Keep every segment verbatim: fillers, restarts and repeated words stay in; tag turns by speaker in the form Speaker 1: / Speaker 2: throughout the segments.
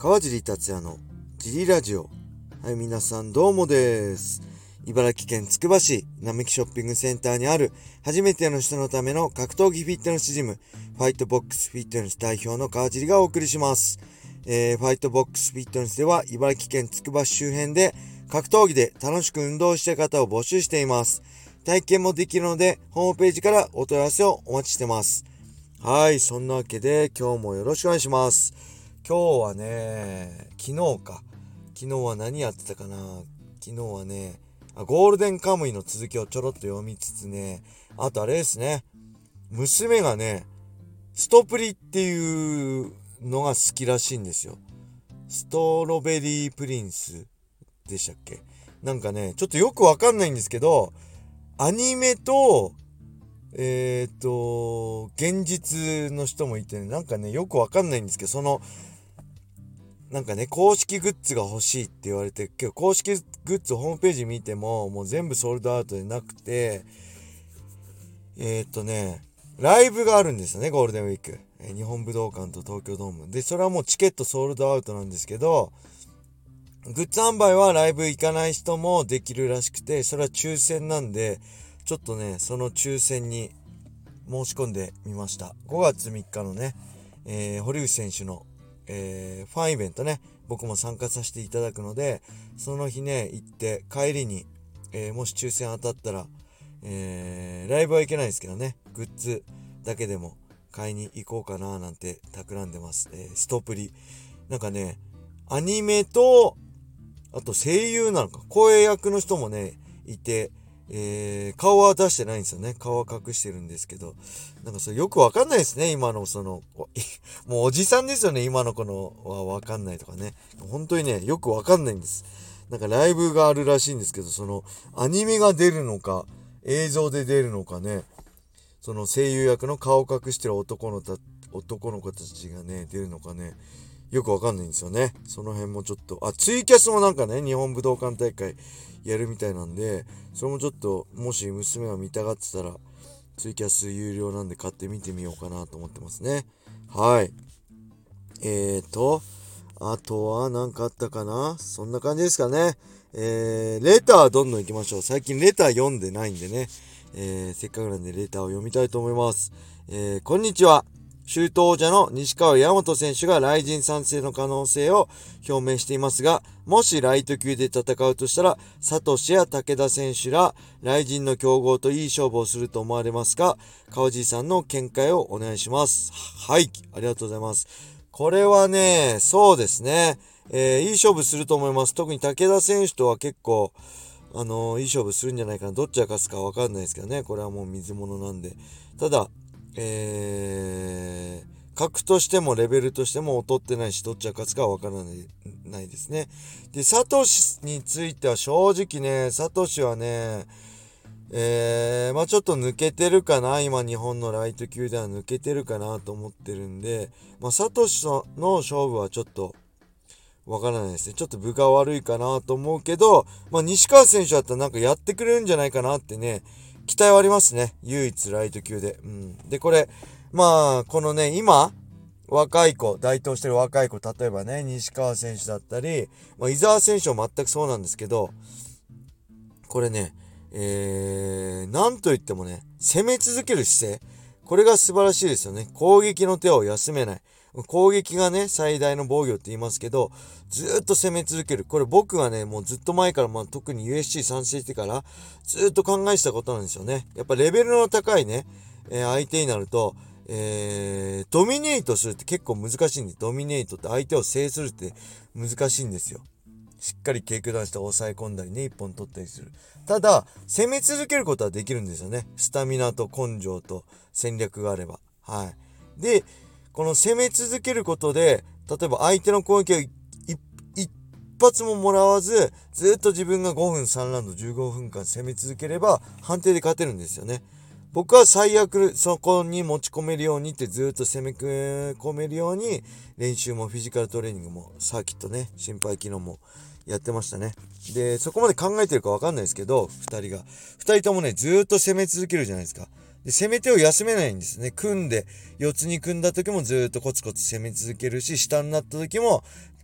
Speaker 1: 川尻達也のジリラジオ。はい、皆さんどうもです。茨城県つくば市並木ショッピングセンターにある初めての人のための格闘技フィットネスジム、ファイトボックスフィットネス代表の川尻がお送りします。えー、ファイトボックスフィットネスでは茨城県つくば市周辺で格闘技で楽しく運動したい方を募集しています。体験もできるのでホームページからお問い合わせをお待ちしてます。はい、そんなわけで今日もよろしくお願いします。今日はね、昨日か。昨日は何やってたかな。昨日はね、あゴールデンカムイの続きをちょろっと読みつつね、あとあれですね、娘がね、ストプリっていうのが好きらしいんですよ。ストロベリープリンスでしたっけ。なんかね、ちょっとよくわかんないんですけど、アニメと、えっと、現実の人もいて、ね、なんかね、よくわかんないんですけど、その、なんかね、公式グッズが欲しいって言われて、けど公式グッズホームページ見ても、もう全部ソールドアウトでなくて、えー、っとね、ライブがあるんですよね、ゴールデンウィーク。えー、日本武道館と東京ドーム。で、それはもうチケットソールドアウトなんですけど、グッズ販売はライブ行かない人もできるらしくて、それは抽選なんで、ちょっとね、その抽選に申し込んでみました。ごがつみっかのね、えー、堀口選手のえー、ファンイベントね、僕も参加させていただくので、その日ね、行って帰りに、えー、もし抽選当たったら、えー、ライブは行けないですけどね、グッズだけでも買いに行こうかななんて企んでます。えー、ストプリ。なんかね、アニメと、あと声優なのか、声役の人もね、いて、えー、顔は出してないんですよね。顔は隠してるんですけど。なんかそれよくわかんないですね。今のその、もうおじさんですよね。今の子のはわかんないとかね。本当にね、よくわかんないんです。なんかライブがあるらしいんですけど、その、アニメが出るのか、映像で出るのかね。その声優役の顔を隠してる男のた、男の子たちがね、出るのかね。よくわかんないんですよね。その辺もちょっと、あ、ツイキャスもなんかね、日本武道館大会やるみたいなんで、それもちょっと、もし娘が見たがってたら、ツイキャス有料なんで買ってみてみようかなと思ってますね。はい。えーと、あとは何かあったかな？そんな感じですかね。えー、レターどんどん行きましょう。最近レター読んでないんでね、えー、せっかくなんでレターを読みたいと思います。えー、こんにちは。州都王者の西川大和選手が雷神参戦の可能性を表明していますが、もしライト級で戦うとしたら、サトシや武田選手ら雷神の強豪といい勝負をすると思われますか？川地さんの見解をお願いします。はい、ありがとうございます。これはね、そうですね、えー、いい勝負すると思います。特に武田選手とは結構、あのー、いい勝負するんじゃないかな。どっちが勝つかわかんないですけどね。これはもう水物なんで。ただ、えー、格としてもレベルとしても劣ってないし、どっちが勝つかはわからない、ないですね。で、サトシについては正直ね、サトシはね、えー、まあちょっと抜けてるかな。今日本のライト級では抜けてるかなと思ってるんで、まあサトシの勝負はちょっとわからないですね。ちょっと分が悪いかなと思うけど、まあ西川選手だったらなんかやってくれるんじゃないかなってね、期待はありますね。唯一ライト級で。うん。で、これ、まあ、このね、今、若い子、台頭してる若い子、例えばね、西川選手だったり、まあ、伊沢選手は全くそうなんですけど、これね、えー、なんといってもね、攻め続ける姿勢。これが素晴らしいですよね。攻撃の手を休めない。攻撃がね、最大の防御って言いますけど、ずーっと攻め続ける。これ僕はね、もうずっと前から、まあ特に ユーエフシー 参戦してから、ずーっと考えてたことなんですよね。やっぱレベルの高いね、えー、相手になると、えー、ドミネートするって結構難しいんで、ドミネートって相手を制するって難しいんですよ。しっかりテイクダウンして抑え込んだりね、一本取ったりする。ただ、攻め続けることはできるんですよね。スタミナと根性と戦略があれば。はい。で、この攻め続けることで、例えば相手の攻撃を一発ももらわず、ずっと自分がごふんさんラウンドじゅうごふんかん攻め続ければ、判定で勝てるんですよね。僕は最悪そこに持ち込めるようにってずっと攻め込めるように練習もフィジカルトレーニングもサーキットね、心肺機能もやってましたね。で、そこまで考えてるかわかんないですけど、二人が。二人ともね、ずーっと攻め続けるじゃないですか。で、攻め手を休めないんですね。組んで、四つに組んだ時もずーっとコツコツ攻め続けるし、下になった時も、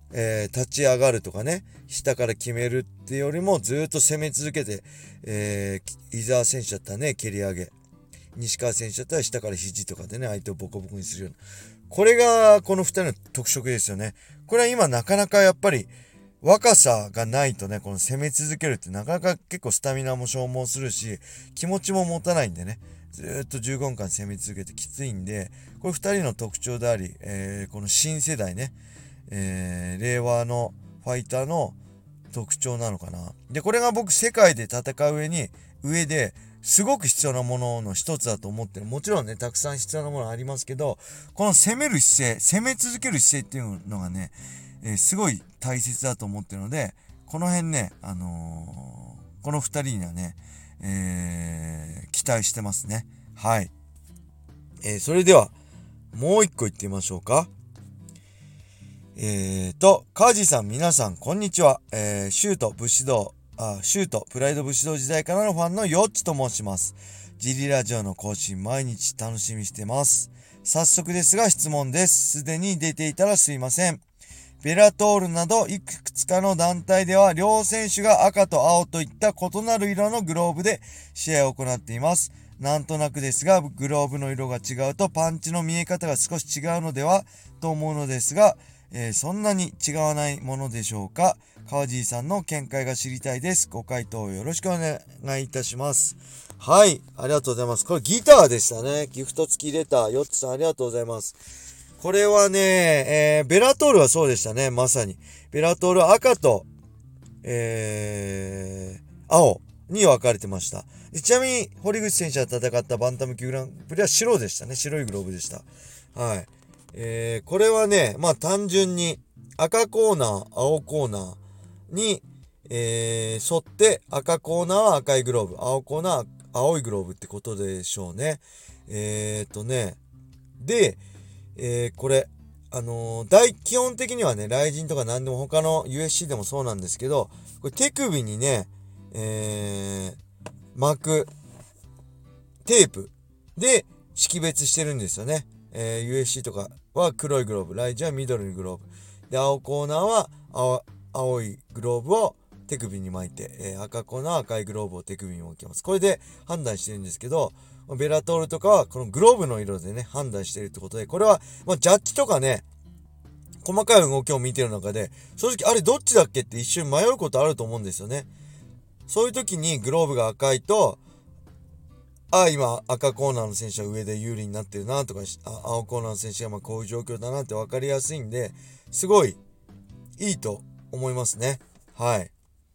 Speaker 1: えー、立ち上がるとかね、下から決めるってよりもずっと攻め続けて、えー、伊沢選手だったらね、蹴り上げ。西川選手だったら下から肘とかでね、相手をボコボコにするような。これが、この二人の特色ですよね。これは今なかなかやっぱり、若さがないとね、この攻め続けるってなかなか結構スタミナも消耗するし、気持ちも持たないんでね、ずーっとじゅうごふんかん攻め続けてきついんで、これ二人の特徴であり、えー、この新世代ね、えー、令和のファイターの特徴なのかな。で、これが僕世界で戦う上に、上ですごく必要なものの一つだと思ってる。もちろんね、たくさん必要なものありますけど、この攻める姿勢、攻め続ける姿勢っていうのがね、えー、すごい大切だと思ってるので、この辺ね、あのー、この二人にはね、えー、期待してますね。はい。えー、それでは、もう一個言ってみましょうか。えーと、カージーさん、皆さん、こんにちは。えー、シュート、武士道、あ、シュート、プライド武士道時代からのファンのヨッチと申します。ジリラジオの更新、毎日楽しみにしてます。早速ですが質問です。すでに出ていたらすいません。ベラトールなどいくつかの団体では両選手が赤と青といった異なる色のグローブで試合を行っています。なんとなくですが、グローブの色が違うとパンチの見え方が少し違うのではと思うのですが、えー、そんなに違わないものでしょうか。川地さんの見解が知りたいです。ご回答よろしくお願いいたします。はい、ありがとうございます。これギターでしたね。ギフト付きレター、ヨッツさんありがとうございます。これはね、えー、ベラトールはそうでしたね、まさに。ベラトールは赤と、えー、青に分かれてました。ちなみに、堀口選手が戦ったバンタム級グランプリは白でしたね。白いグローブでした。はい。えー、これはね、まあ単純に赤コーナー、青コーナーに、えー、沿って赤コーナーは赤いグローブ、青コーナーは青いグローブってことでしょうね。えーとね、で、えー、これ、あのー、大、基本的にはね、ライジンとか何でも他の ユーエスシー でもそうなんですけど、これ手首にね、えー、巻くテープで識別してるんですよね。えー、ユーエスシー とかは黒いグローブ、ライジンは緑のグローブ。で、青コーナーは青、青いグローブを手首に巻いて、えー、赤コーナーは赤いグローブを手首に巻きます。これで判断してるんですけど、ベラトールとかはこのグローブの色でね、判断してるってことで、これは、まあ、ジャッジとかね、細かい動きを見てる中で、正直あれどっちだっけって一瞬迷うことあると思うんですよね。そういう時にグローブが赤いと、ああ、今赤コーナーの選手は上で有利になってるなとか、あ青コーナーの選手がまあこういう状況だなって分かりやすいんで、すごいいいと思いますね。はい。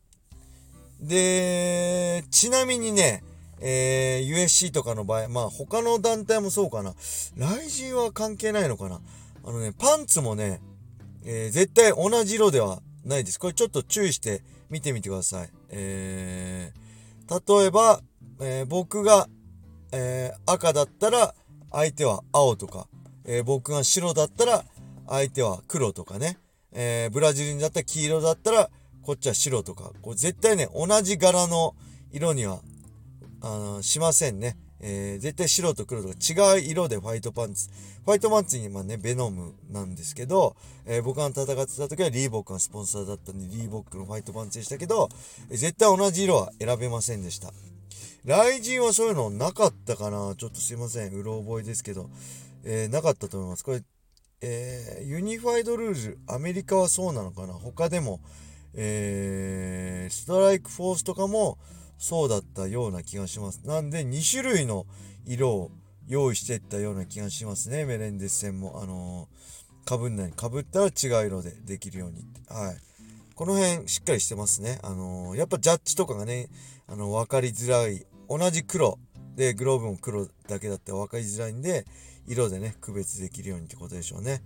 Speaker 1: で、ちなみにね、えー、ユーエスシー とかの場合、まあ他の団体もそうかな。ライジンは関係ないのかな。あのね、パンツもね、えー、絶対同じ色ではないです。これちょっと注意して見てみてください。えー、例えば、えー、僕が、えー、赤だったら相手は青とか、えー、僕が白だったら相手は黒とかね。えー、ブラジル人だったら黄色だったらこっちは白とか。こう絶対ね、同じ柄の色にはあのしませんね。えー、絶対白と黒とか違う色でファイトパンツ。ファイトパンツにまあね、ベノムなんですけど、えー、僕が戦ってた時はリーボックがスポンサーだったんで、リーボックのファイトパンツでしたけど、えー、絶対同じ色は選べませんでした。ライジンはそういうのなかったかな。ちょっとすいません。うろ覚えですけど、えー、なかったと思います。これ、えー、ユニファイドルール、アメリカはそうなのかな。他でも、えー、ストライクフォースとかもそうだったような気がします。なんでに種類の色を用意していったような気がしますね。メレンデス戦も。あのー、被んない。被ったら違う色でできるように。はい。この辺しっかりしてますね。あのー、やっぱジャッジとかがね、あの、わかりづらい。同じ黒で、グローブも黒だけだったら分かりづらいんで、色でね、区別できるようにってことでしょうね。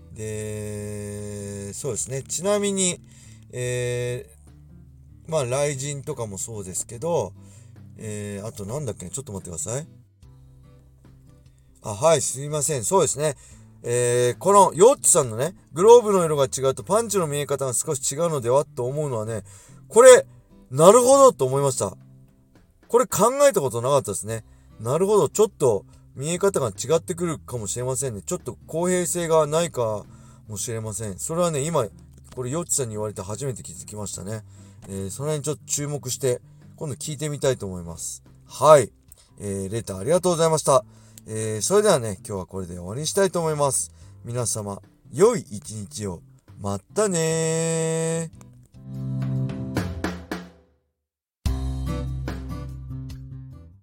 Speaker 1: で、そうですね。ちなみに、えー、まあ、雷神とかもそうですけど、えー、あとなんだっけね、ちょっと待ってください。あ、はい、すいません。そうですね。えー、このヨッツさんのね、グローブの色が違うとパンチの見え方が少し違うのではと思うのはね、これ、なるほどと思いました。これ考えたことなかったですね。なるほど。ちょっと見え方が違ってくるかもしれませんね。ちょっと公平性がないかもしれません。それはね、今、 これよっちさんに言われて初めて気づきましたね。えー、その辺ちょっと注目して今度聞いてみたいと思います。はい、えー、レターありがとうございました。えー、それではね、今日はこれで終わりにしたいと思います。皆様良い一日を。またねー。